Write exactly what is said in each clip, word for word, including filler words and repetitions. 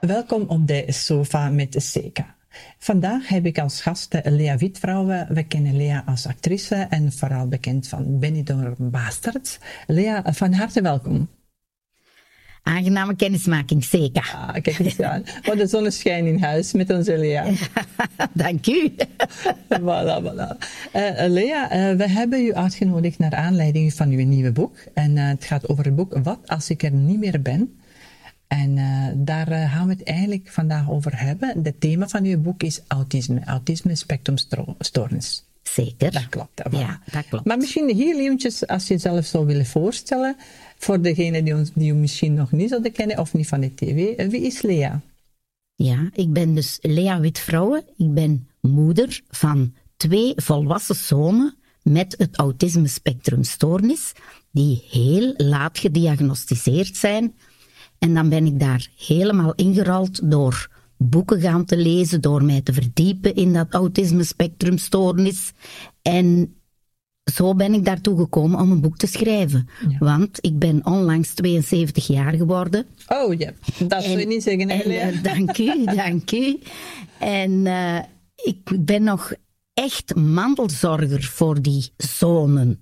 welkom op de sofa met Seka. Vandaag heb ik als gast Lea Witvrouwe. We kennen Lea als actrice en vooral bekend van Benidorm Bastards. Lea, van harte welkom. Aangename kennismaking, Seka. Ah, kijk eens aan. Wat een zonneschijn in huis met onze Lea. Dank u. Voilà, voilà. Uh, Lea, uh, we hebben u uitgenodigd naar aanleiding van uw nieuwe boek. En uh, het gaat over het boek Wat als ik er niet meer ben? En uh, daar uh, gaan we het eigenlijk vandaag over hebben. Het thema van uw boek is autisme. Autisme spectrumstoornis. Zeker. Dat klopt. Dat ja, dat klopt. Maar misschien heel eventjes, als je jezelf zou willen voorstellen, voor degenen die, ons, die u misschien nog niet zouden kennen of niet van de tv. Wie is Lea? Ja, ik ben dus Lea Witvrouwe. Ik ben moeder van twee volwassen zonen met het autisme spectrumstoornis, die heel laat gediagnosticeerd zijn. En dan ben ik daar helemaal ingerold door boeken gaan te lezen, door mij te verdiepen in dat autisme spectrumstoornis. En zo ben ik daartoe gekomen om een boek te schrijven. Ja. Want ik ben onlangs tweeënzeventig jaar geworden. Oh ja, dat zou je niet zeggen. En, uh, dank u, dank u. En uh, ik ben nog echt mantelzorger voor die zonen.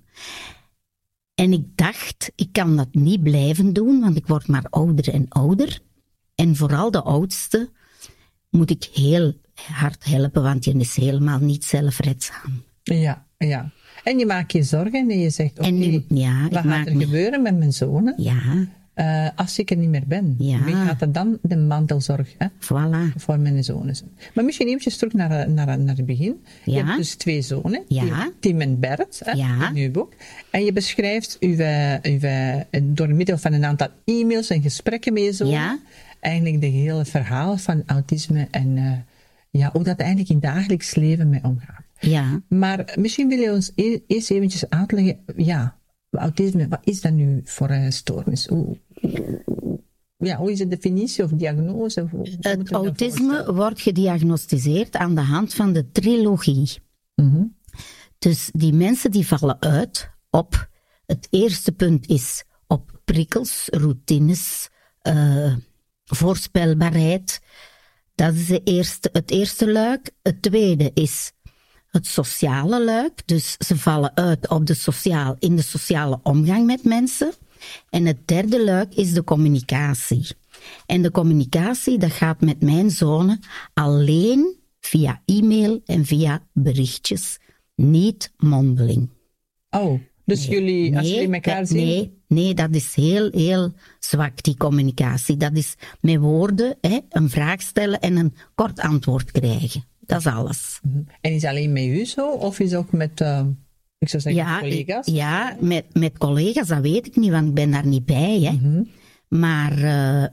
En ik dacht, ik kan dat niet blijven doen, want ik word maar ouder en ouder. En vooral de oudste moet ik heel hard helpen, want je is helemaal niet zelfredzaam. Ja, ja. En je maakt je zorgen en je zegt, oké, okay, ja, wat gaat er me... gebeuren met mijn zonen? Ja. Uh, als ik er niet meer ben, ja. wie gaat er dan de mantelzorg hè, voilà. voor mijn zonen? Maar misschien eventjes terug naar, naar, naar het begin. Ja. Je hebt dus twee zonen, ja. Tim en Bert, hè, ja. in uw boek. En je beschrijft uw, uw, door middel van een aantal e-mails en gesprekken met je zonen, ja. eigenlijk de hele verhaal van autisme en uh, ja, hoe dat eigenlijk in het dagelijks leven mee omgaat. Ja. Maar misschien wil je ons e- eerst eventjes uitleggen, ja, autisme, wat is dat nu voor een stoornis? Hoe, ja, hoe is de definitie of diagnose? Hoe, het autisme wordt gediagnosticeerd aan de hand van de trilogie. Mm-hmm. Dus die mensen die vallen uit op, het eerste punt is op prikkels, routines, uh, voorspelbaarheid. Dat is de eerste, het eerste luik. Het tweede is het sociale luik. Dus ze vallen uit op de sociaal, in de sociale omgang met mensen. En het derde luik is de communicatie. En de communicatie, dat gaat met mijn zonen alleen via e-mail en via berichtjes. Niet mondeling. Oh, dus nee, jullie, als nee, jullie elkaar dat, zien... Nee, nee, dat is heel, heel zwak, die communicatie. Dat is met woorden, hè, een vraag stellen en een kort antwoord krijgen. Dat is alles. Mm-hmm. En is het alleen met u zo, of is het ook met... Uh... Ik zou zeggen, ja, collega's? Ja, met, met collega's, dat weet ik niet, want ik ben daar niet bij. Hè. Mm-hmm. Maar uh,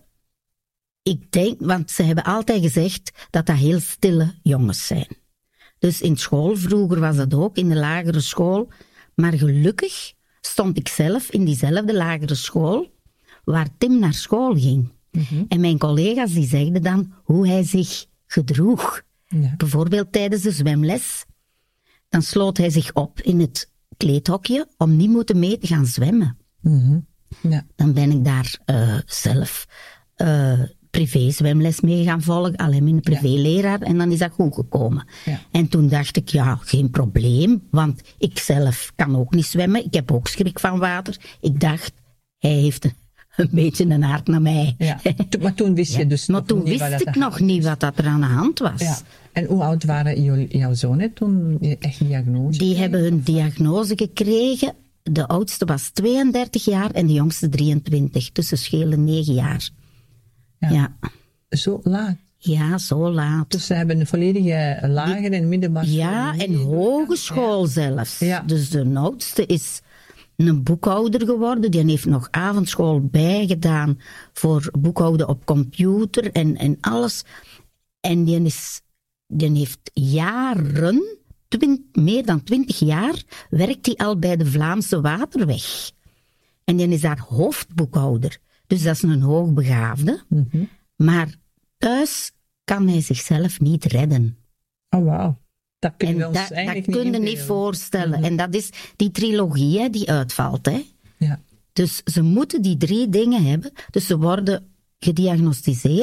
ik denk, want ze hebben altijd gezegd dat dat heel stille jongens zijn. Dus in school, vroeger was dat ook, in de lagere school. Maar gelukkig stond ik zelf in diezelfde lagere school waar Tim naar school ging. Mm-hmm. En mijn collega's die zeiden dan hoe hij zich gedroeg. Ja. Bijvoorbeeld tijdens de zwemles. Dan sloot hij zich op in het kleedhokje om niet moeten mee te gaan zwemmen. Mm-hmm. Ja. Dan ben ik daar uh, zelf uh, privé-zwemles mee gaan volgen, alleen met een privéleraar, ja. En dan is dat goed gekomen. Ja. En toen dacht ik, ja, geen probleem, want ik zelf kan ook niet zwemmen, ik heb ook schrik van water. Ik dacht, hij heeft een, een beetje een haard naar mij. Ja. Maar toen wist je ja. dus maar nog toen niet wist wat dat ik nog niet wat dat er aan de hand was. Ja. En hoe oud waren jullie, jouw zonen toen je echt een diagnose Die kregen? hebben hun diagnose gekregen. De oudste was tweeëndertig jaar en de jongste drieëntwintig. Dus ze schelen negen jaar. Ja. Ja. Zo laat? Ja, zo laat. Dus ze hebben een volledige lagere en middelbare school. Ja, en hogeschool ja. zelfs. Ja. Dus de oudste is een boekhouder geworden. Die heeft nog avondschool bijgedaan voor boekhouden op computer en, en alles. En die, is, die heeft jaren, twint, meer dan twintig jaar, werkt hij al bij de Vlaamse Waterweg. En die is daar hoofdboekhouder. Dus dat is een hoogbegaafde. Mm-hmm. Maar thuis kan hij zichzelf niet redden. Oh, wauw. Dat kun je en ons dat, eigenlijk dat kun je niet, niet voorstellen. Mm-hmm. En dat is die trilogie hè, die uitvalt. Hè. Ja. Dus ze moeten die drie dingen hebben. Dus ze worden gediagnosticeerd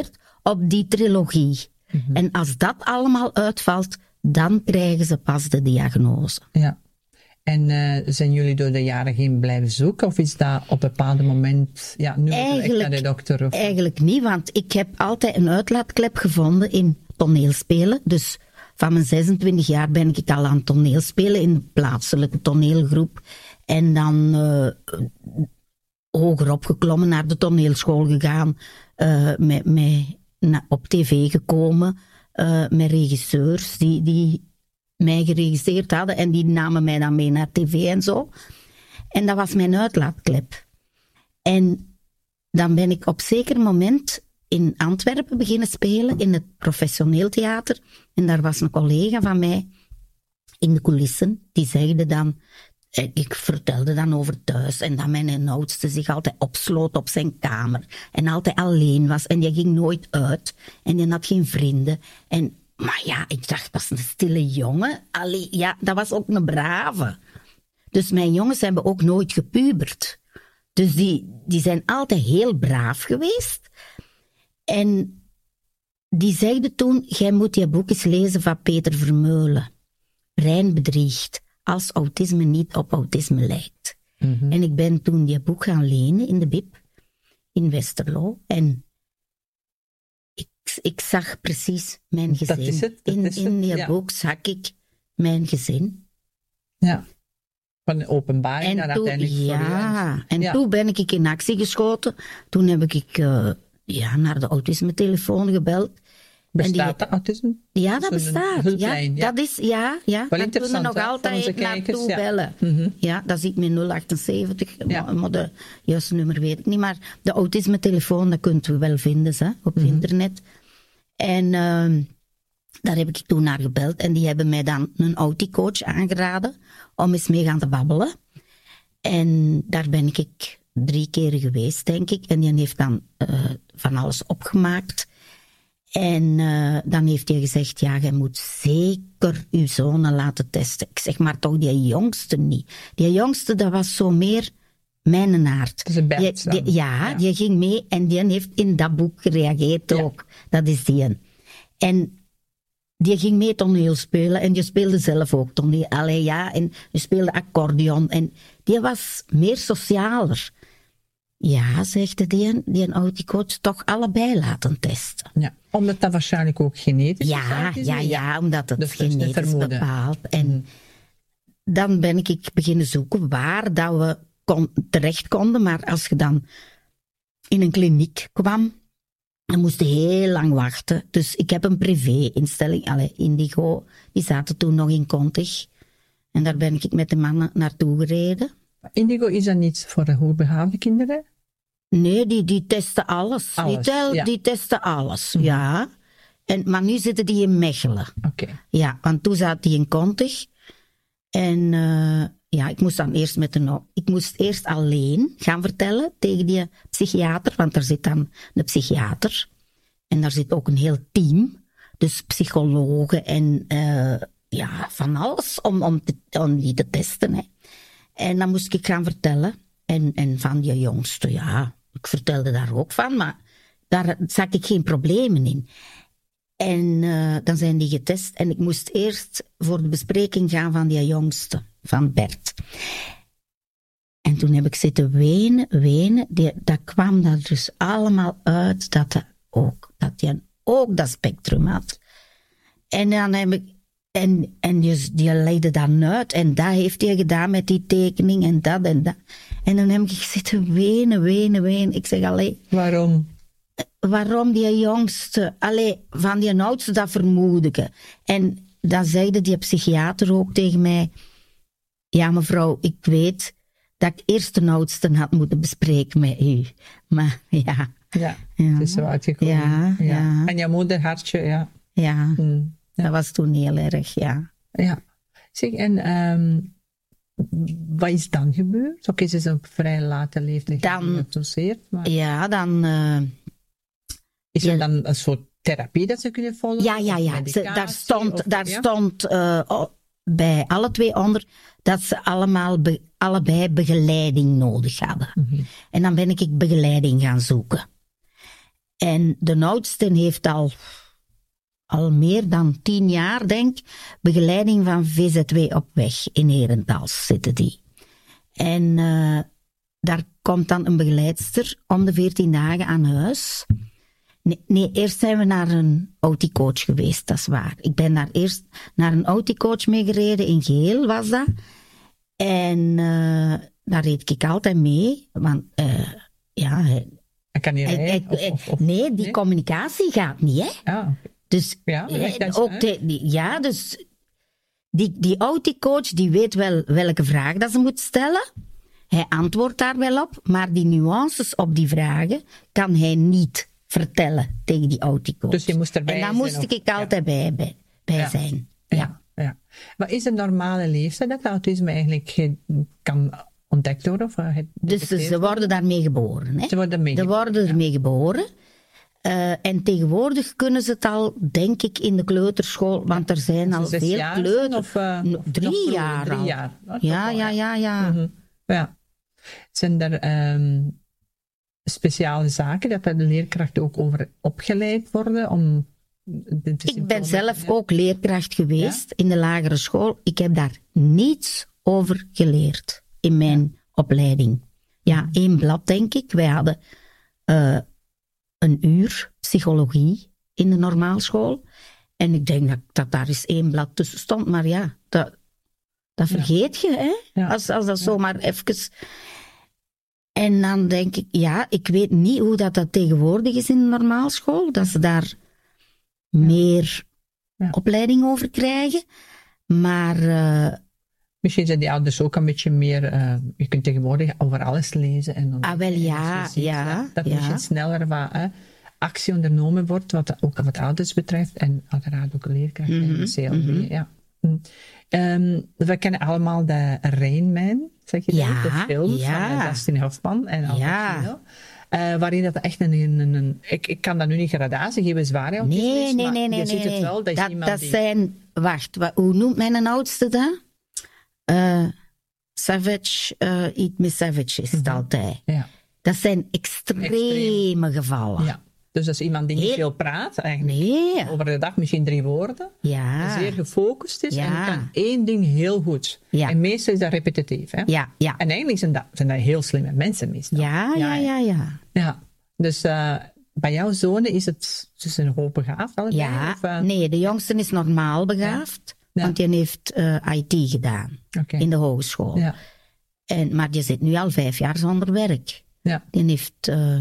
op die trilogie. Mm-hmm. En als dat allemaal uitvalt, dan krijgen ze pas de diagnose. Ja. En uh, zijn jullie door de jaren heen blijven zoeken? Of is dat op een bepaald moment... Ja, nu echt naar de dokter? Of... Eigenlijk niet, want ik heb altijd een uitlaatklep gevonden in toneelspelen. Dus van mijn zesentwintig jaar ben ik al aan toneelspelen in een plaatselijke toneelgroep. En dan uh, hoger opgeklommen, naar de toneelschool gegaan, uh, met, met, na, op tv gekomen, uh, met regisseurs die... die mij geregisseerd hadden en die namen mij dan mee naar tv en zo. En dat was mijn uitlaatklep. En dan ben ik op zeker moment in Antwerpen beginnen spelen, in het professioneel theater. En daar was een collega van mij in de coulissen, die zeide dan, ik vertelde dan over thuis en dat mijn oudste zich altijd opsloot op zijn kamer en altijd alleen was en die ging nooit uit en die had geen vrienden. En Maar ja, ik dacht, dat is een stille jongen. Allee, ja, dat was ook een brave. Dus mijn jongens hebben ook nooit gepubert. Dus die, die zijn altijd heel braaf geweest. En die zeiden toen, jij moet je boek eens lezen van Peter Vermeulen. Brein bedriegt, als autisme niet op autisme lijkt. Mm-hmm. En ik ben toen die boek gaan lenen in de B I B, in Westerlo. En ik zag precies mijn gezin. Dat is het. Dat in is in het, die ja. boek zag ik mijn gezin. Ja. Van openbaring naar uiteindelijk voor Ja, en ja. toen ben ik in actie geschoten. Toen heb ik uh, ja, naar de autisme-telefoon gebeld. Bestaat die, dat autisme? Ja, dat bestaat. Hulplijn, ja, ja. Dat is, ja, ja. Wel daar kunnen nog altijd naartoe ja. bellen. Mm-hmm. Ja, dat zie ik met nul achtenzeventig. Ja. Maar de juiste nummer weet ik niet. Maar de autisme-telefoon, dat kunt u wel vinden hè, op mm-hmm. internet. En uh, daar heb ik toen naar gebeld. En die hebben mij dan een auticoach aangeraden om eens mee gaan te babbelen. En daar ben ik drie keer geweest, denk ik. En die heeft dan uh, van alles opgemaakt. En uh, dan heeft hij gezegd, ja, je moet zeker je zonen laten testen. Ik zeg, maar toch die jongste niet. Die jongste, dat was zo meer mijn aard. Dat is een die, die, ja, ja, die ging mee en die heeft in dat boek gereageerd ja. ook. Dat is die. En die ging mee toneel spelen en die speelde zelf ook toneel. Allee, ja, en die speelde accordeon. En die was meer socialer. Ja, zegt die, die een auticoach, toch allebei laten testen. Ja, omdat dat waarschijnlijk ook genetisch ja, is. Ja, ja, omdat het dus genetisch bepaalt. En mm. dan ben ik beginnen zoeken waar dat we kon, terecht konden. Maar als je dan in een kliniek kwam, dan moest je heel lang wachten. Dus ik heb een privé-instelling, allee, Indigo, die zaten toen nog in Kontig. En daar ben ik met de mannen naartoe gereden. Indigo, is dat niet voor de hoogbegaafde kinderen? Nee, die, die testen alles. alles die, tel, ja. die testen alles, mm-hmm. ja. En, maar nu zitten die in Mechelen. Oké. Okay. Ja, want toen zat die in Kontig. En uh, ja, ik moest dan eerst met een... Ik moest eerst alleen gaan vertellen tegen die psychiater, want er zit dan een psychiater. En daar zit ook een heel team. Dus psychologen en uh, ja, van alles om, om, te, om die te testen, hè. En dan moest ik gaan vertellen. En, en van die jongste, ja, ik vertelde daar ook van, maar daar zag ik geen problemen in. En uh, dan zijn die getest en ik moest eerst voor de bespreking gaan van die jongste, van Bert. En toen heb ik zitten wenen, wenen. Die, dat kwam er dus allemaal uit dat hij ook, dat hij ook dat spectrum had. En dan heb ik... En, en die, die leidde dan uit. En dat heeft hij gedaan met die tekening en dat en dat. En dan heb ik zitten wenen, wenen, wenen. Ik zeg, allee... Waarom? Waarom die jongste? Allee, van die oudste, dat vermoed ik. En dan zeide die psychiater ook tegen mij... Ja, mevrouw, ik weet dat ik eerst de oudste had moeten bespreken met u. Maar ja... Ja, ja. het is zo uitgekomen. Ja, ja. ja. En jouw moeder, hartje, ja. Ja. Hmm. Ja. Dat was toen heel erg, ja. Ja. Zeg, en um, wat is dan gebeurd? Oké, okay, ze is op vrij late leeftijd gediagnosticeerd, maar... Ja, dan... Uh, is er ja, dan een soort therapie dat ze kunnen volgen? Ja, ja, ja. Ze, daar stond, of, daar ja? stond uh, bij alle twee onder dat ze allemaal be, allebei begeleiding nodig hadden. Mm-hmm. En dan ben ik begeleiding gaan zoeken. En de oudste heeft al, al meer dan tien jaar, denk ik, begeleiding van V Z W op weg. In Herentals zitten die. En uh, daar komt dan een begeleidster om de veertien dagen aan huis. Nee, nee, eerst zijn we naar een auticoach geweest, dat is waar. Ik ben daar eerst naar een auticoach mee gereden, in Geel was dat. En uh, daar reed ik altijd mee, want uh, ja... Hij kan niet rijden? Of, of, of, nee, die nee? communicatie gaat niet, hè. Ah, dus, ja, dat ook de, die, ja, dus die, die auticoach die weet wel welke vraag dat ze moet stellen. Hij antwoordt daar wel op, maar die nuances op die vragen kan hij niet vertellen tegen die auticoach. Dus je moest erbij zijn. En daar moest of, ik altijd ja. bij, bij, bij ja. zijn. Ja. Ja. Ja. Wat is de normale leeftijd dat autisme eigenlijk kan ontdekt worden? Of het dus ze, ze worden daarmee geboren. Hè? Ze worden, mee ze geboren, worden ja. ermee geboren. Uh, en tegenwoordig kunnen ze het al, denk ik, in de kleuterschool, want er zijn al veel kleuters. Of, uh, no, drie nog jaar drie al. Jaar. Ja, ja, ja, ja. Mm-hmm. Ja. Zijn er um, speciale zaken dat de leerkrachten ook over opgeleid worden? Om de, de ik ben zelf ja. ook leerkracht geweest ja? in de lagere school. Ik heb daar niets over geleerd in mijn ja. opleiding. Ja, één blad, denk ik. Wij hadden uh, een uur psychologie in de normaalschool. En ik denk dat, dat daar eens één blad tussen stond. Maar ja, dat, dat vergeet ja. je, hè? Ja. Als, als dat ja. zomaar even... En dan denk ik, ja, ik weet niet hoe dat, dat tegenwoordig is in de normaalschool. Dat ze daar ja. meer ja. opleiding over krijgen. Maar... Uh, Misschien zijn die ouders ook een beetje meer... Uh, je kunt tegenwoordig over alles lezen. En dan ah, wel ja, ziet, ja. Dat ja. misschien sneller wat uh, actie ondernomen wordt, wat ook wat ouders betreft. En uiteraard ook leerkrachten mm-hmm. en de C L B. Mm-hmm. Ja. Um, we kennen allemaal de Rain Man, zeg je ja, dat? De film ja. van uh, Dustin Hoffman en Al Pacino. Ja. Uh, waarin dat echt een... een, een ik, ik kan dat nu niet gradatie geven, zwaar autisme nee, is, nee, maar nee, nee, je ziet nee, het wel. Dat, dat, is dat die... zijn... Wacht, wat, hoe noemt mijn oudste dat? Uh, savage, uh, Eat Me Savage is het mm-hmm. altijd. Ja. Dat zijn extreme, extreme gevallen. Ja. Dus dat is iemand die niet Heel... veel praat, eigenlijk. Nee. Over de dag misschien drie woorden. Ja. Zeer gefocust is ja. en kan één ding heel goed. Ja. En meestal is dat repetitief. Hè? Ja, ja. En eigenlijk zijn dat, zijn dat heel slimme mensen meestal. Ja, ja, ja, ja. ja. ja. Dus uh, bij jouw zonen is het dus een hoop begaafd? Allebei, ja, of, uh... nee, de jongste is normaal begaafd. Ja. Ja. Want die heeft uh, I T gedaan. Okay. In de hogeschool. Ja. En, maar die zit nu al vijf jaar zonder werk. Ja. Die heeft uh,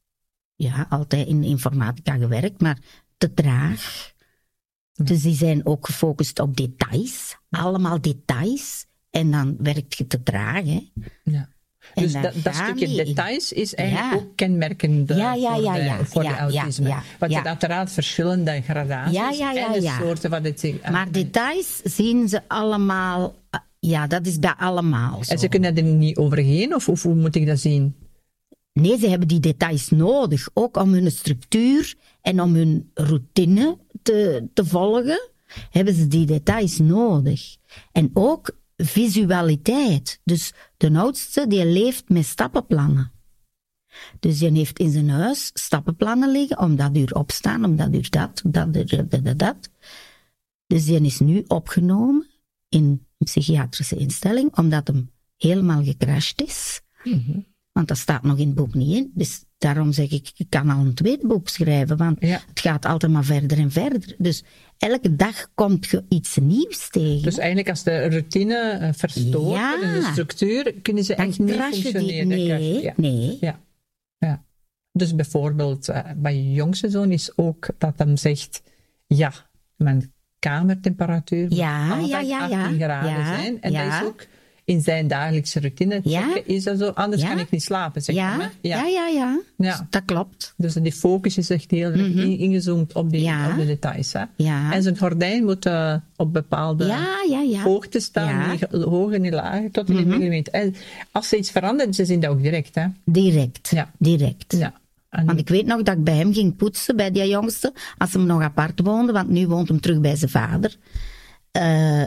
ja, altijd in informatica gewerkt, maar te traag. Ja. Dus die zijn ook gefocust op details. Allemaal details. En dan werkt je te traag, hè. Ja. Dus dat, dat stukje niet. details is eigenlijk ja. ook kenmerkend ja, ja, voor, ja, de, ja, voor ja, de autisme. Ja, ja, Want je ja. hebt uiteraard verschillende gradaties ja, ja, ja, en de ja. soorten wat het... Uh, maar details zien ze allemaal... Uh, ja, dat is bij allemaal zo. En ze kunnen er niet overheen, of, of hoe moet ik dat zien? Nee, ze hebben die details nodig, ook om hun structuur en om hun routine te, te volgen, hebben ze die details nodig. En ook visualiteit. Dus de oudste, die leeft met stappenplannen. Dus die heeft in zijn huis stappenplannen liggen, om dat uur opstaan, om dat uur dat, dat, dat, dat, dat, dat. Dus die is nu opgenomen in een psychiatrische instelling, omdat hem helemaal gecrashed is. Mm-hmm. Want dat staat nog in het boek niet in. Dus daarom zeg ik, ik kan al een tweede boek schrijven, want ja. het gaat altijd maar verder en verder. Dus elke dag komt je iets nieuws tegen. Dus eigenlijk als de routine uh, verstoort ja. en de structuur, kunnen ze dan echt niet functioneren. Die, nee, ja. nee. Ja. Ja. Dus bijvoorbeeld uh, bij je jongste zoon is ook dat hem zegt, ja, mijn kamertemperatuur moet ja, altijd ja, ja, achttien ja. graden ja, zijn. En ja. dat is ook in zijn dagelijkse routine checken, ja. is dat zo, anders ja. kan ik niet slapen, zeg ja. maar. Ja. Ja, ja, ja, ja. Dat klopt. Dus die focus is echt heel erg mm-hmm. ingezoomd op, die, ja. op de details. Hè? Ja. En zijn gordijn moet uh, op bepaalde ja, ja, ja. hoogte staan, ja. niet hoger, niet lager, tot in mm-hmm. de millimeter. En als ze iets verandert, ze zien dat ook direct. Hè? Direct, ja. direct. Ja. En want ik weet nog dat ik bij hem ging poetsen, bij die jongste, als hem nog apart woonde, want nu woont hem terug bij zijn vader. Uh,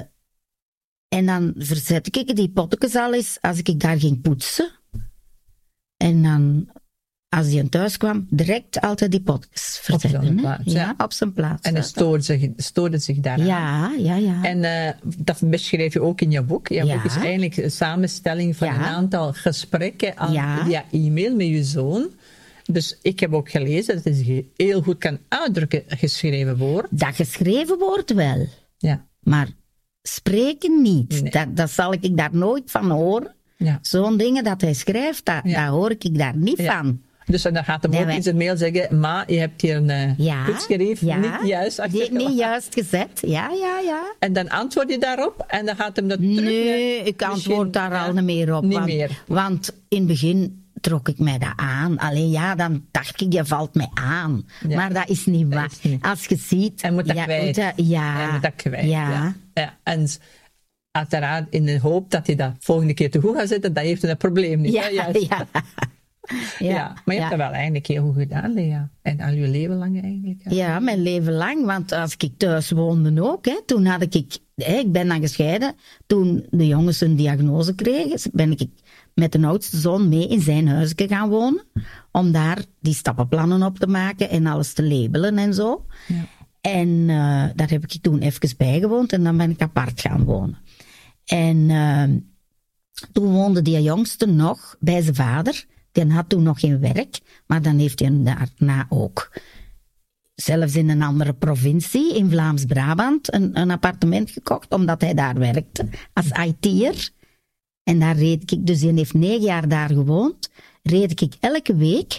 en dan verzet ik die pottekens al eens als ik daar ging poetsen. En dan als hij thuis kwam, direct altijd die podcast vertellen. Op zijn hè? plaats, ja. ja. op zijn plaats. En hij stoorde zich, stoorde zich daaraan. Ja, ja, ja. En uh, dat beschrijf je ook in je boek. Je ja. boek is eigenlijk een samenstelling van ja. een aantal gesprekken aan, ja. via e-mail met je zoon. Dus ik heb ook gelezen dat het heel goed kan uitdrukken, geschreven woord. Dat geschreven woord wel. Ja. Maar spreken niet. Nee. Dat, dat zal ik daar nooit van horen. Ja. Zo'n dingen dat hij schrijft, dat, ja. daar hoor ik daar niet ja. van. Dus dan gaat hem nee, ook wij... in zijn mail zeggen, maar je hebt hier een uh, ja, goedschrift ja, niet juist achtergelaten. Niet juist gezet, ja, ja, ja. En dan antwoord je daarop en dan gaat hem dat nee, terug... Nee, ik antwoord daar ja, al niet meer op. Niet want, meer. Want in het begin trok ik mij dat aan. Alleen ja, dan dacht ik, je valt mij aan. Ja. Maar dat is niet waar. Is niet. Als je ziet... Hij moet dat ja, kwijt. Dat, ja. Hij moet dat kwijt, ja. ja. ja. En uiteraard in de hoop dat hij dat volgende keer te goed gaat zetten, dat heeft hij een probleem niet. Ja, ja. Ja. ja. Maar je hebt ja. dat wel eigenlijk heel goed gedaan, Lea. En al je leven lang eigenlijk. Ja, ja mijn leven lang. Want als ik thuis woonde ook, hè, toen had ik... Hè, ik ben dan gescheiden. Toen de jongens een diagnose kregen, ben ik met de oudste zoon mee in zijn huisje gaan wonen. Om daar die stappenplannen op te maken en alles te labelen en zo. Ja. En uh, daar heb ik toen even bij gewoond en dan ben ik apart gaan wonen. En uh, toen woonde die jongste nog bij zijn vader. Die had toen nog geen werk, maar dan heeft hij daarna ook, zelfs in een andere provincie, in Vlaams-Brabant, een, een appartement gekocht, omdat hij daar werkte, als I T'er. En daar reed ik, dus hij heeft negen jaar daar gewoond, reed ik elke week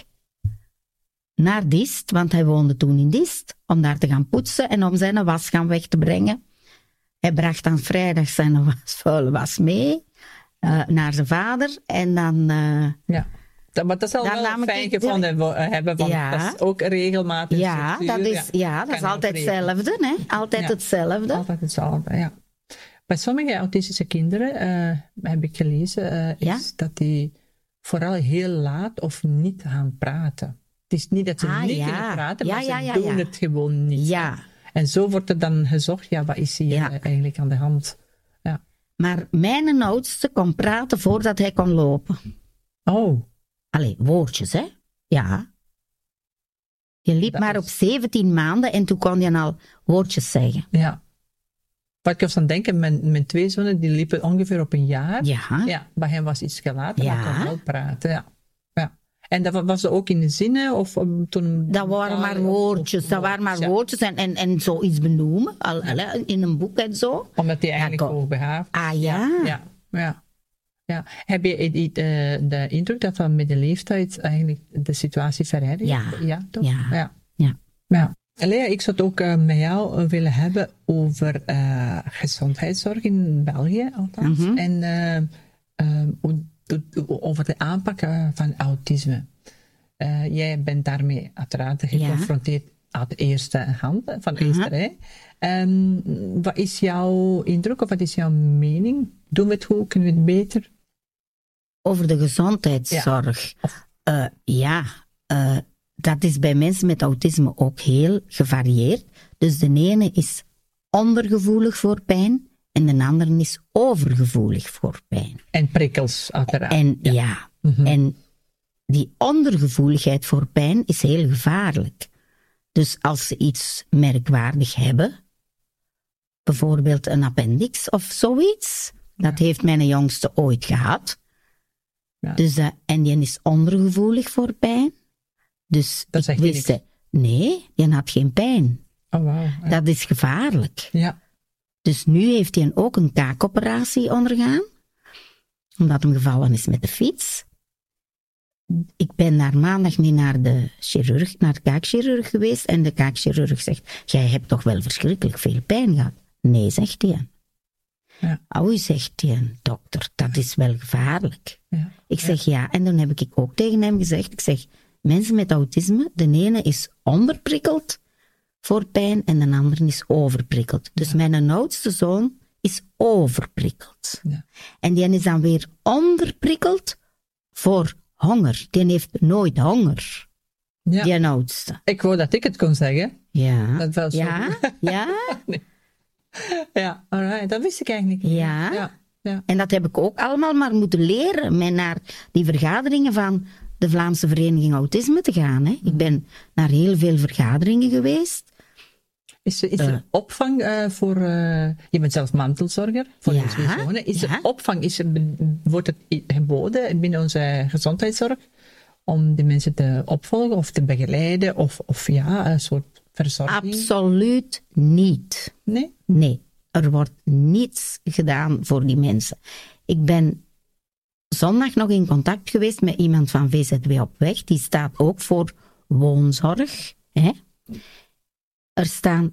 naar Diest, want hij woonde toen in Diest, om daar te gaan poetsen en om zijn was gaan weg te brengen. Hij bracht dan vrijdag zijn was, vuile was mee, uh, naar zijn vader, en dan... Uh, ja. Maar dat zal wel fijn gevonden de... hebben, want ja. dat is ook regelmatig ja, structuur. dat is, ja, ja, dat is altijd hetzelfde, hè? Altijd ja, hetzelfde. Altijd hetzelfde, ja. Bij sommige autistische kinderen, uh, heb ik gelezen, uh, ja? is dat die vooral heel laat of niet gaan praten. Het is niet dat ze ah, niet ja. kunnen praten, ja, maar ja, ze ja, doen ja. het gewoon niet. Ja. En zo wordt er dan gezocht, ja, wat is hier ja. eigenlijk aan de hand? Ja. Maar mijn oudste kon praten voordat hij kon lopen. Oh. Allee, woordjes, hè? Ja. Je liep dat maar is... op zeventien maanden en toen kon je al woordjes zeggen. Ja. Wat ik was aan het denken, mijn, mijn twee zonen die liepen ongeveer op een jaar. Ja. Ja, bij hem was iets gelaten, ja. maar kon wel praten, ja. ja. En dat was er ook in de zinnen? Of um, toen dat waren maar woordjes, of, dat waren maar ja. woordjes en, en, en zoiets benoemen, al, ja. in een boek en zo. Omdat hij eigenlijk ja, hoogbegaafd was. Ah ja? Ja, ja. Ja. Heb je de, de, de indruk dat dat met de leeftijd eigenlijk de situatie verergert? Ja. Ja, toch? Ja. Ja. ja. ja. Lea, ik zou het ook uh, met jou uh, willen hebben over uh, gezondheidszorg in België, althans. Mm-hmm. En uh, uh, over de aanpak uh, van autisme. Uh, jij bent daarmee uiteraard geconfronteerd ja. uit de eerste hand, van de eerste uh-huh. rij. Um, wat is jouw indruk of wat is jouw mening? Doen we het goed? Kunnen we het beter? Over de gezondheidszorg. Ja, uh, ja uh, dat is bij mensen met autisme ook heel gevarieerd. Dus de ene is ondergevoelig voor pijn en de andere is overgevoelig voor pijn. En prikkels, uiteraard. En ja, ja mm-hmm. en die ondergevoeligheid voor pijn is heel gevaarlijk. Dus als ze iets merkwaardig hebben, bijvoorbeeld een appendix of zoiets, ja. dat heeft mijn jongste ooit gehad. Ja. Dus, uh, en die is ondergevoelig voor pijn. Dus dat ik wist, niks. Nee, die had geen pijn. Oh, wow. Ja. Dat is gevaarlijk. Ja. Dus nu heeft hij ook een kaakoperatie ondergaan, omdat hij gevallen is met de fiets. Ik ben daar maandag mee naar de chirurg, naar de kaakchirurg geweest en de kaakchirurg zegt, jij hebt toch wel verschrikkelijk veel pijn gehad? Nee, zegt hij. Ja. Oei, zegt hij, dokter, dat is wel gevaarlijk. Ja. Ik zeg ja. ja, en dan heb ik ook tegen hem gezegd, ik zeg, mensen met autisme, de ene is onderprikkeld voor pijn en de andere is overprikkeld. Dus ja. mijn oudste zoon is overprikkeld. Ja. En die is dan weer onderprikkeld voor honger. Die heeft nooit honger. Ja. Die oudste. Ik wou dat ik het kon zeggen. Ja. Dat was ja. Ja. nee. Ja, alright. Dat wist ik eigenlijk niet. Ja. Ja. Ja. En dat heb ik ook allemaal maar moeten leren. Met naar die vergaderingen van de Vlaamse Vereniging Autisme te gaan. Hè. Ik ben naar heel veel vergaderingen geweest. Is er, is er Uh, opvang uh, voor... Uh, je bent zelf mantelzorger voor Ja, de twee zonen. Is ja. er opvang? Is er, be- wordt het i- geboden binnen onze gezondheidszorg om die mensen te opvolgen of te begeleiden? Of, of ja, een soort verzorging? Absoluut niet. Nee? Nee, er wordt niets gedaan voor die mensen. Ik ben zondag nog in contact geweest met iemand van V Z W op weg. Die staat ook voor woonzorg. Hè? Er staan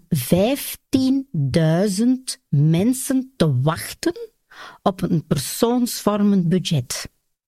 vijftienduizend mensen te wachten op een persoonsvormend budget.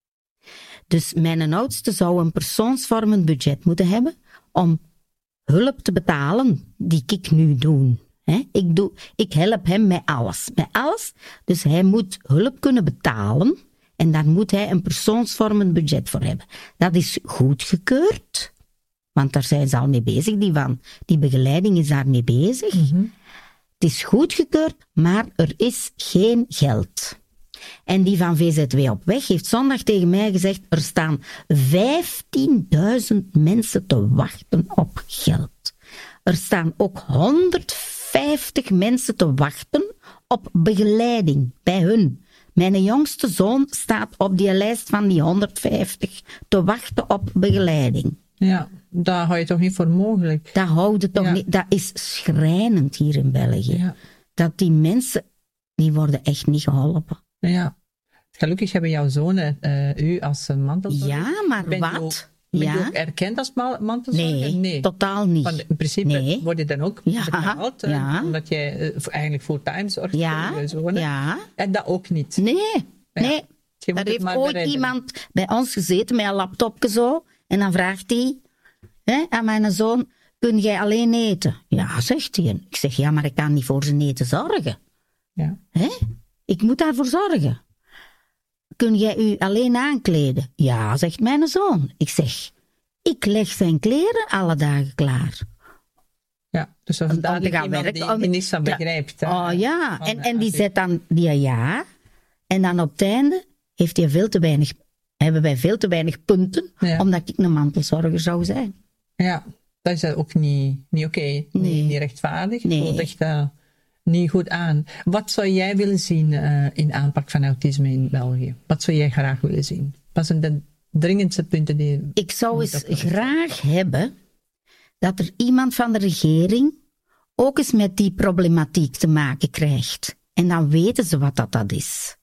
Dus mijn oudste zou een persoonsvormend budget moeten hebben om hulp te betalen die ik nu doe. Hè? Ik, doe ik help hem met alles. Met alles. Dus hij moet hulp kunnen betalen en daar moet hij een persoonsvormend budget voor hebben. Dat is goedgekeurd, want daar zijn ze al mee bezig. Die, van, die begeleiding is daarmee bezig. Mm-hmm. Het is goedgekeurd, maar er is geen geld. En die van V Z W op weg heeft zondag tegen mij gezegd, er staan vijftienduizend mensen te wachten op geld. Er staan ook honderdvijftig mensen te wachten op begeleiding bij hun. Mijn jongste zoon staat op die lijst van die honderdvijftig te wachten op begeleiding. Ja, daar hou je toch niet voor mogelijk? Dat houdt toch Ja. niet. Dat is schrijnend hier in België. Ja. Dat die mensen, die worden echt niet geholpen. Ja. Gelukkig hebben jouw zonen uh, u als uh, mantelzorger. Ja, maar Bent wat? Je ook, ben je Ja? ook erkend als ma- mantelzorger? Nee, totaal niet. Want in principe Nee. word je dan ook Ja, betaald, uh, ja. omdat je uh, eigenlijk fulltime zorgt Ja, voor je zonen. ja. En dat ook niet. Nee, Ja. nee. Je moet Er het heeft maar ooit bereiden. iemand bij ons gezeten met een laptopje zo. En dan vraagt hij hè, aan mijn zoon, kun jij alleen eten? Ja, zegt hij. Ik zeg, ja, maar ik kan niet voor zijn eten zorgen. Ja. Hè? Ik moet daarvoor zorgen. Kun jij u alleen aankleden? Ja, zegt mijn zoon. Ik zeg, ik leg zijn kleren alle dagen klaar. Ja, dus dat is Om- om te duidelijk gaan iemand werken, die, om- die niets van Ja. begrijpt. hè, Oh ja, van, en, uh, en die als zet dan die ja. En dan op het einde heeft hij veel te weinig, hebben wij veel te weinig punten, Ja. omdat ik een mantelzorger zou zijn. Ja, dat is ook niet, niet oké. Okay. Nee. Niet, niet rechtvaardig. Nee. Het voelt echt uh, niet goed aan. Wat zou jij willen zien uh, in aanpak van autisme in België? Wat zou jij graag willen zien? Wat zijn de dringendste punten die... Ik zou eens Dat wel. graag hebben dat er iemand van de regering ook eens met die problematiek te maken krijgt. En dan weten ze wat dat, dat is.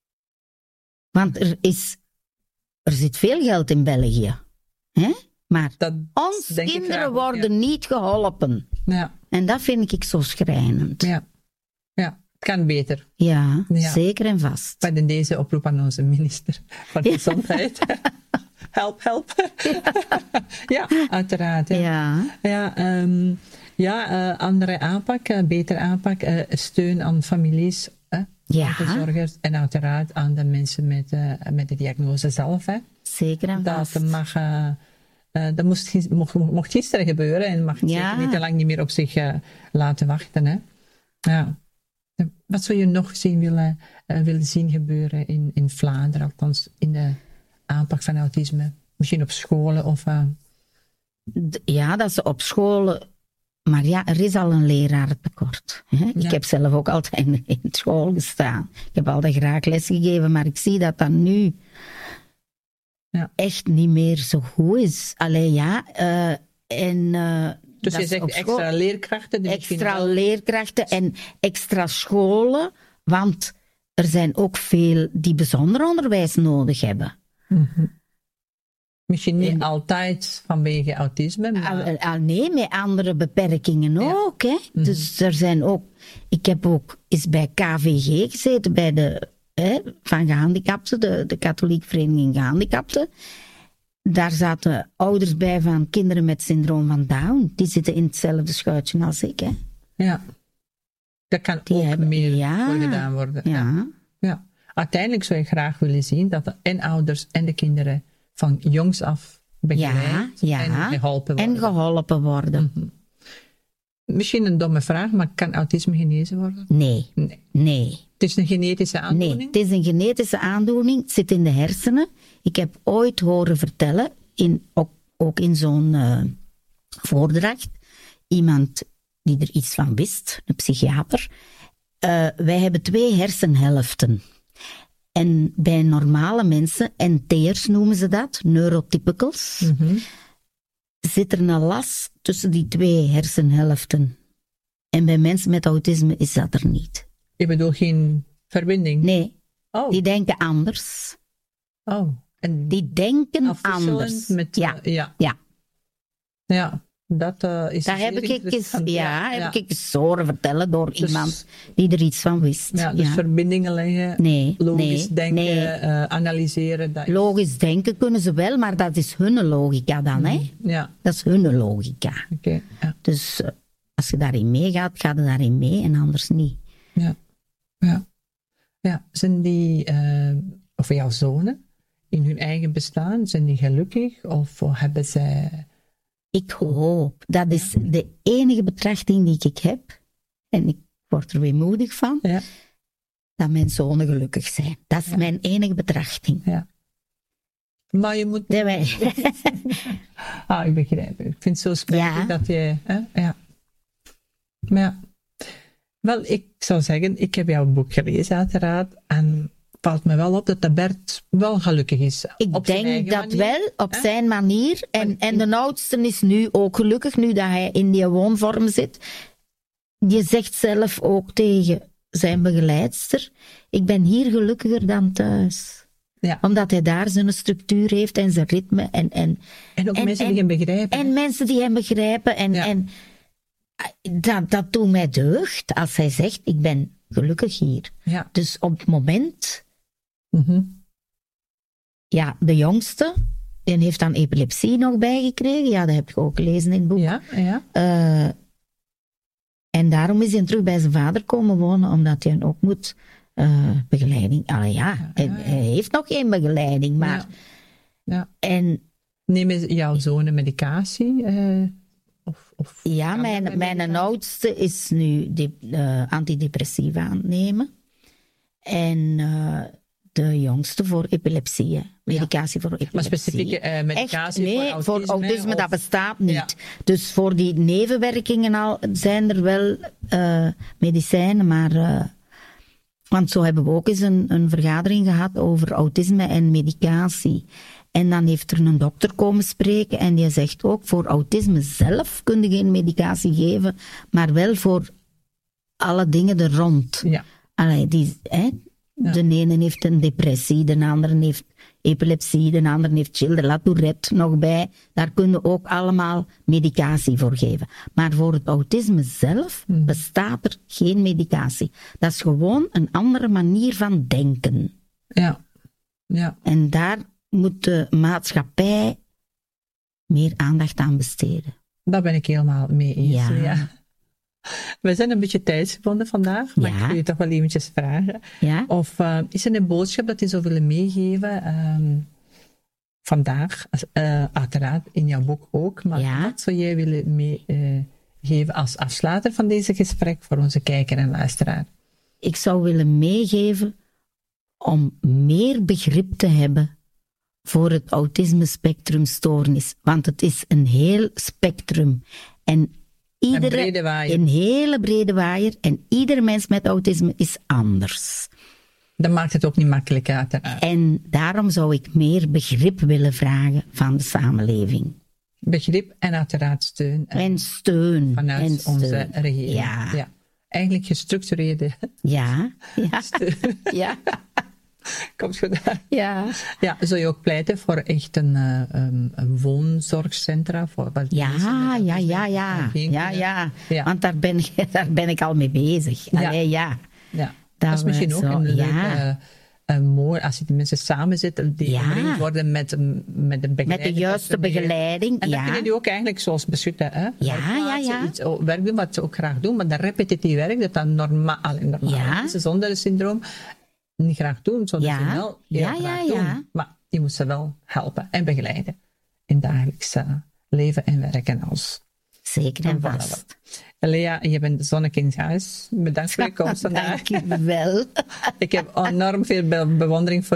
Want er is, er zit veel geld in België. Hè? Maar Dat onze denk ik kinderen graag ook, worden niet geholpen. Ja, En dat vind ik zo schrijnend. Ja, ja. Ja, het kan beter. ja, Ja. zeker en vast. Bij de deze oproep aan onze minister van Gezondheid. help, help. ja, uiteraard. Ja, Ja, ja, um, ja uh, andere aanpak, uh, betere aanpak, uh, steun aan families, uh, Ja. mantelzorgers en uiteraard aan de mensen met, uh, met de diagnose zelf. Hè. zeker en Dat vast. mag... Uh, Uh, dat moest, gis- mocht, mocht gisteren gebeuren en mag Ja. zeker niet te lang niet meer op zich uh, laten wachten. Hè. Ja. Wat zou je nog zien willen, uh, willen zien gebeuren in, in Vlaanderen, althans in de aanpak van autisme? Misschien op scholen of... Uh... D- Ja, dat ze op scholen... Maar ja, er is al een lerarentekort. Hè? Ik Ja. heb zelf ook altijd in, in school gestaan. Ik heb altijd graag les gegeven, maar ik zie dat dat nu Ja. echt niet meer zo goed is. Allee, ja. Uh, en, uh, Dus dat je is op zegt school- extra leerkrachten? die misschien extra wel- leerkrachten en extra scholen, want er zijn ook veel die bijzonder onderwijs nodig hebben. Misschien niet En- altijd vanwege autisme, maar... Al, al nee, met andere beperkingen ook. Hè? Dus er zijn ook... Ik heb ook eens bij K V G gezeten, bij de, hè, van gehandicapten, de, de katholieke vereniging gehandicapten. Daar zaten ouders bij van kinderen met syndroom van Down. Die zitten in hetzelfde schuitje als ik. Hè? Ja. Dat kan Die ook hebben- meer ja. voor gedaan worden. Ja. Ja. Uiteindelijk zou je graag willen zien dat de en ouders en de kinderen van jongs af begeleid Ja, ja. en geholpen worden. En geholpen worden. Misschien een domme vraag, maar kan autisme genezen worden? Nee, Nee. nee. Het is een genetische aandoening? Nee, het is een genetische aandoening. Het zit in de hersenen. Ik heb ooit horen vertellen, in, ook, ook in zo'n uh, voordracht iemand die er iets van wist, een psychiater. Uh, wij hebben twee hersenhelften. En bij normale mensen, N T'ers noemen ze dat, neurotypicals, mm-hmm. zit er een las tussen die twee hersenhelften. En bij mensen met autisme is dat er niet. Je bedoelt geen verbinding? Nee. Oh. Die denken anders. Oh. En die denken anders. Met, ja. Uh, ja. Ja. Ja. Dat uh, is Daar heb ik eens, ja, ja, heb ja. ik eens horen vertellen door dus, iemand die er iets van wist. Ja, dus ja. verbindingen leggen, nee, logisch nee, denken, nee. Uh, analyseren. Dat is... Logisch denken kunnen ze wel, maar dat is hun logica dan. Mm, hè? Ja. Dat is hun logica. Okay, ja. Dus uh, als je daarin meegaat, ga je daarin mee en anders niet. Ja, ja. ja. Zijn die, uh, of jouw zonen, in hun eigen bestaan, zijn die gelukkig of hebben zij... Ik hoop. Dat is de enige betrachting die ik heb. En ik word er weemoedig van. Ja. Dat mijn zonen gelukkig zijn. Dat is ja. mijn enige betrachting. Ja. Maar je moet... Nee, wij... ah, ik begrijp het. Ik vind het zo spijtig ja. dat je... Hè? Ja. Maar ja. Wel, ik zou zeggen, ik heb jouw boek gelezen uiteraard. En... valt me wel op dat de Bert wel gelukkig is. Ik op denk dat manier. wel, op He? zijn manier. En, maar, en de oudste is nu ook gelukkig, nu dat hij in die woonvorm zit. Je zegt zelf ook tegen zijn begeleidster, ik ben hier gelukkiger dan thuis. Ja. Omdat hij daar zijn structuur heeft en zijn ritme. En, en, en ook en, mensen die hem begrijpen. En mensen die hem begrijpen. En, ja. en dat, dat doet mij deugd als hij zegt, ik ben gelukkig hier. Ja. Dus op het moment... Mm-hmm. Ja, de jongste, die heeft dan epilepsie nog bijgekregen. Ja, dat heb ik ook gelezen in het boek. Ja, ja. Uh, en daarom is hij terug bij zijn vader komen wonen, omdat hij ook moet uh, begeleiding... Ah ja, ja, hij, ja, ja, hij heeft nog geen begeleiding, maar... Ja. Ja. En... Nemen jouw zonen medicatie? Uh, of, of ja, mijn, mijn oudste is nu de, uh, antidepressiva aan het nemen. En... Uh, de jongste voor epilepsie. Medicatie ja. voor epilepsie. Maar specifieke uh, medicatie Echt, nee, voor autisme? voor autisme, of... dat bestaat niet. Ja. Dus voor die nevenwerkingen al zijn er wel uh, medicijnen, maar... Uh, want zo hebben we ook eens een, een vergadering gehad over autisme en medicatie. En dan heeft er een dokter komen spreken en die zegt ook, voor autisme zelf kun je geen medicatie geven, maar wel voor alle dingen er rond. Ja. Allee, die... Hè, Ja. De ene heeft een depressie, de andere heeft epilepsie, de andere heeft Childe-La-Tourette nog bij. Daar kunnen ook allemaal medicatie voor geven. Maar voor het autisme zelf hmm. bestaat er geen medicatie. Dat is gewoon een andere manier van denken. Ja. Ja. En daar moet de maatschappij meer aandacht aan besteden. Daar ben ik helemaal mee eens. Ja. ja. We zijn een beetje tijdsgebonden vandaag, maar ja. ik wil je toch wel eventjes vragen. Ja? Of uh, is er een boodschap dat je zou willen meegeven um, vandaag? Uh, uiteraard in jouw boek ook, maar ja? wat zou jij willen meegeven uh, als afsluiter van deze gesprek voor onze kijker en luisteraar? Ik zou willen meegeven om meer begrip te hebben voor het autisme-spectrumstoornis, want het is een heel spectrum. En Iedere, een brede waaier. Een hele brede waaier. En ieder mens met autisme is anders. Dat maakt het ook niet makkelijk uit. En daarom zou ik meer begrip willen vragen van de samenleving. Begrip en uiteraard steun. En, en steun. Vanuit en steun. onze regering. Ja. ja. Eigenlijk gestructureerde ja. Ja. steun. Ja. Komt goed uit. Ja. Ja, zou je ook pleiten voor echt een, um, een woonzorgcentra? Voor wat ja, ja, ja, ja. Ja, ja. Ja. Want daar ben, ik, daar ben ik al mee bezig. Ja. Allee, ja. ja. Dat, dat is misschien zo, ook een ja. leuke... Uh, mooi, als die mensen samen zitten, die ja. omringd worden met, met de begeleiding. Met de juiste begeleiding, En ja. dan kunnen die ook eigenlijk zoals beschutten, hè? Ja, ja, ja. Iets werk doen wat ze ook graag doen, maar dat repetitief werk, dat dan normaal, normaal ja. is, zonder het syndroom, niet graag doen, zodat ja. ze wel heel ja, graag ja, doen. Ja. Maar je moet ze wel helpen en begeleiden in dagelijks uh, leven en werken als. Zeker en vast. Lea, je bent zonnekind huis. Bedankt voor je komst vandaag. Dank je wel. Ik heb enorm veel be- bewondering voor u.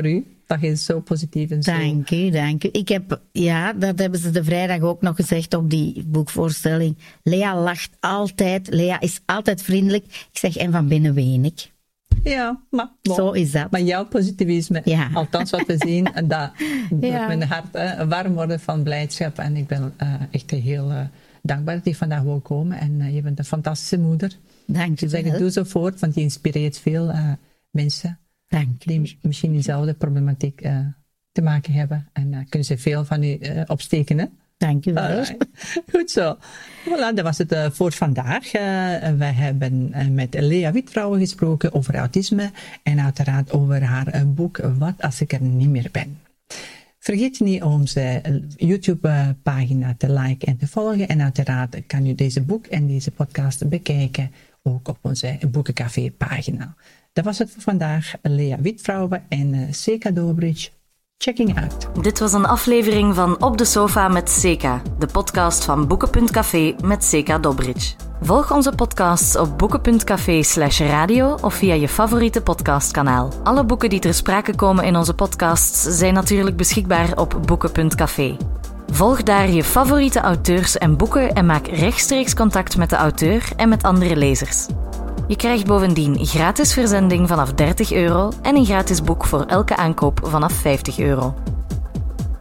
dat je zo positief en zo... Dank u, dank u. Ik heb, ja, dat hebben ze de vrijdag ook nog gezegd op die boekvoorstelling. Lea lacht altijd, Lea is altijd vriendelijk. Ik zeg, en van binnen ween ik. Ja, maar... Bon. Zo is dat. Maar jouw positivisme, ja. althans wat we zien, dat doet ja. mijn hart uh, warm worden van blijdschap. En ik ben uh, echt heel uh, dankbaar dat je vandaag wil komen. En uh, je bent een fantastische moeder. Dank je wel. Dus ik doe zo voort, want je inspireert veel uh, mensen. Dank je. Die misschien dezelfde problematiek uh, te maken hebben. En uh, kunnen ze veel van u uh, opsteken, hè? Dank u wel. Alright. Goed zo. Voilà, dat was het uh, voor vandaag. Uh, wij hebben uh, met Lea Witvrouwen gesproken over autisme en uiteraard over haar uh, boek Wat als ik er niet meer ben. Vergeet niet onze YouTube-pagina te liken en te volgen. En uiteraard kan u deze boek en deze podcast bekijken ook op onze Boekencafé-pagina. Dat was het voor vandaag. Lea Witvrouwen en uh, Seka Dobrich. Checking out. Dit was een aflevering van Op de Sofa met Seka, de podcast van Boeken punt café met Seka Dobrich. Volg onze podcasts op boeken punt café slash radio of via je favoriete podcastkanaal. Alle boeken die ter sprake komen in onze podcasts zijn natuurlijk beschikbaar op boeken punt café. Volg daar je favoriete auteurs en boeken en maak rechtstreeks contact met de auteur en met andere lezers. Je krijgt bovendien gratis verzending vanaf dertig euro en een gratis boek voor elke aankoop vanaf vijftig euro.